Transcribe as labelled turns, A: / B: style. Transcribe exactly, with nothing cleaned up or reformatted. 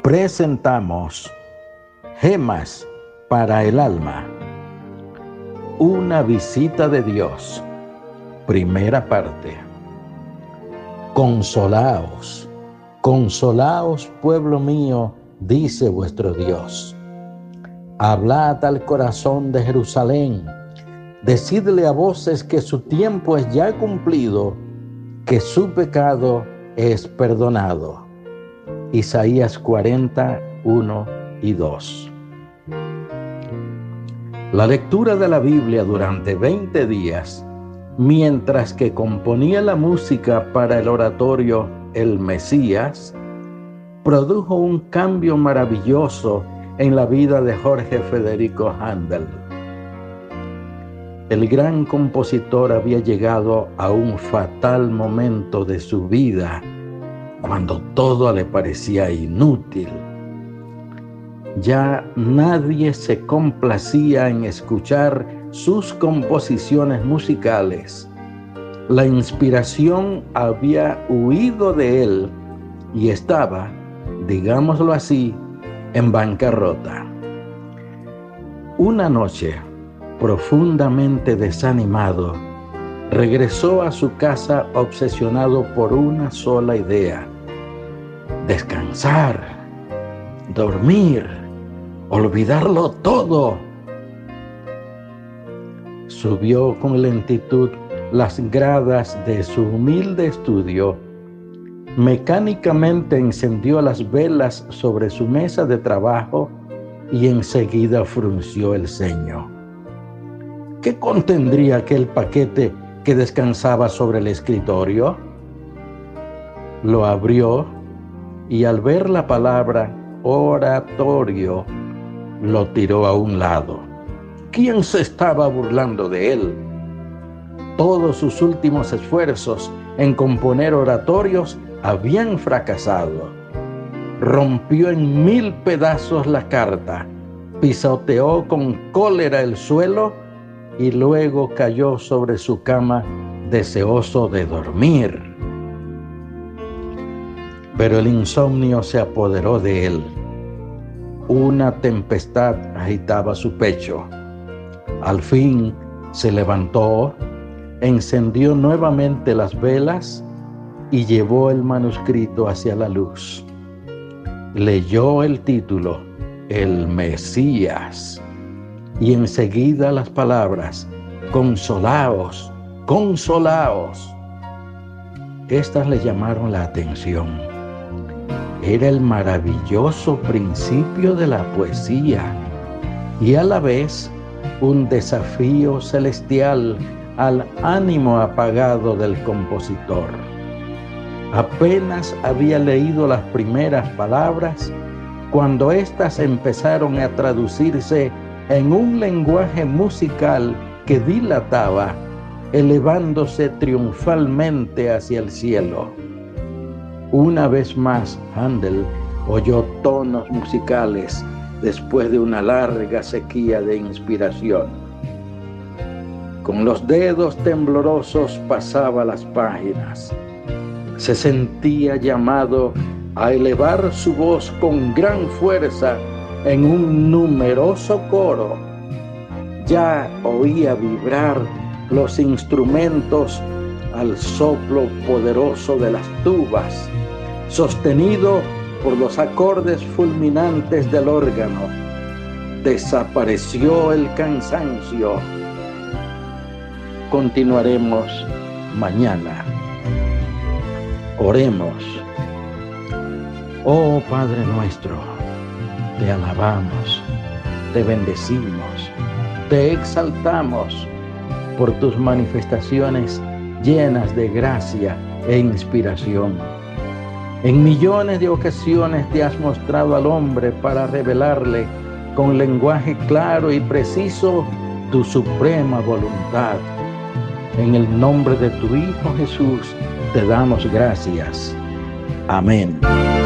A: presentamos Gemas para el alma. Una visita de Dios. Primera parte. Consolaos, consolaos, pueblo mío, dice vuestro Dios. Hablad al corazón de Jerusalén. Decidle a voces que su tiempo es ya cumplido, que su pecado es perdonado. Isaías cuarenta, uno y dos. La lectura de la Biblia durante veinte días, mientras que componía la música para el oratorio El Mesías, produjo un cambio maravilloso en la vida de Jorge Federico Händel. El gran compositor había llegado a un fatal momento de su vida, cuando todo le parecía inútil. Ya nadie se complacía en escuchar sus composiciones musicales. La inspiración había huido de él y estaba, digámoslo así, en bancarrota. Una noche, profundamente desanimado, regresó a su casa obsesionado por una sola idea: descansar, dormir, olvidarlo todo. Subió con lentitud las gradas de su humilde estudio. Mecánicamente encendió las velas sobre su mesa de trabajo y enseguida frunció el ceño. ¿Qué contendría aquel paquete que descansaba sobre el escritorio? Lo abrió y al ver la palabra oratorio, lo tiró a un lado. ¿Quién se estaba burlando de él? Todos sus últimos esfuerzos en componer oratorios habían fracasado. Rompió en mil pedazos la carta, pisoteó con cólera el suelo y luego cayó sobre su cama deseoso de dormir. Pero el insomnio se apoderó de él. Una tempestad agitaba su pecho. Al fin se levantó, encendió nuevamente las velas y llevó el manuscrito hacia la luz. Leyó el título, El Mesías, y enseguida las palabras, consolaos, consolaos. Estas le llamaron la atención. Era el maravilloso principio de la poesía y a la vez un desafío celestial al ánimo apagado del compositor. Apenas había leído las primeras palabras cuando éstas empezaron a traducirse en un lenguaje musical que dilataba, elevándose triunfalmente hacia el cielo. Una vez más, Händel oyó tonos musicales después de una larga sequía de inspiración. Con los dedos temblorosos pasaba las páginas. Se sentía llamado a elevar su voz con gran fuerza en un numeroso coro. Ya oía vibrar los instrumentos al soplo poderoso de las tubas, sostenido por los acordes fulminantes del órgano. Desapareció el cansancio. Continuaremos mañana. Oremos. Oh Padre nuestro, te alabamos, te bendecimos, te exaltamos por tus manifestaciones llenas de gracia e inspiración. En millones de ocasiones te has mostrado al hombre para revelarle con lenguaje claro y preciso tu suprema voluntad. En el nombre de tu Hijo Jesús te damos gracias. Amén.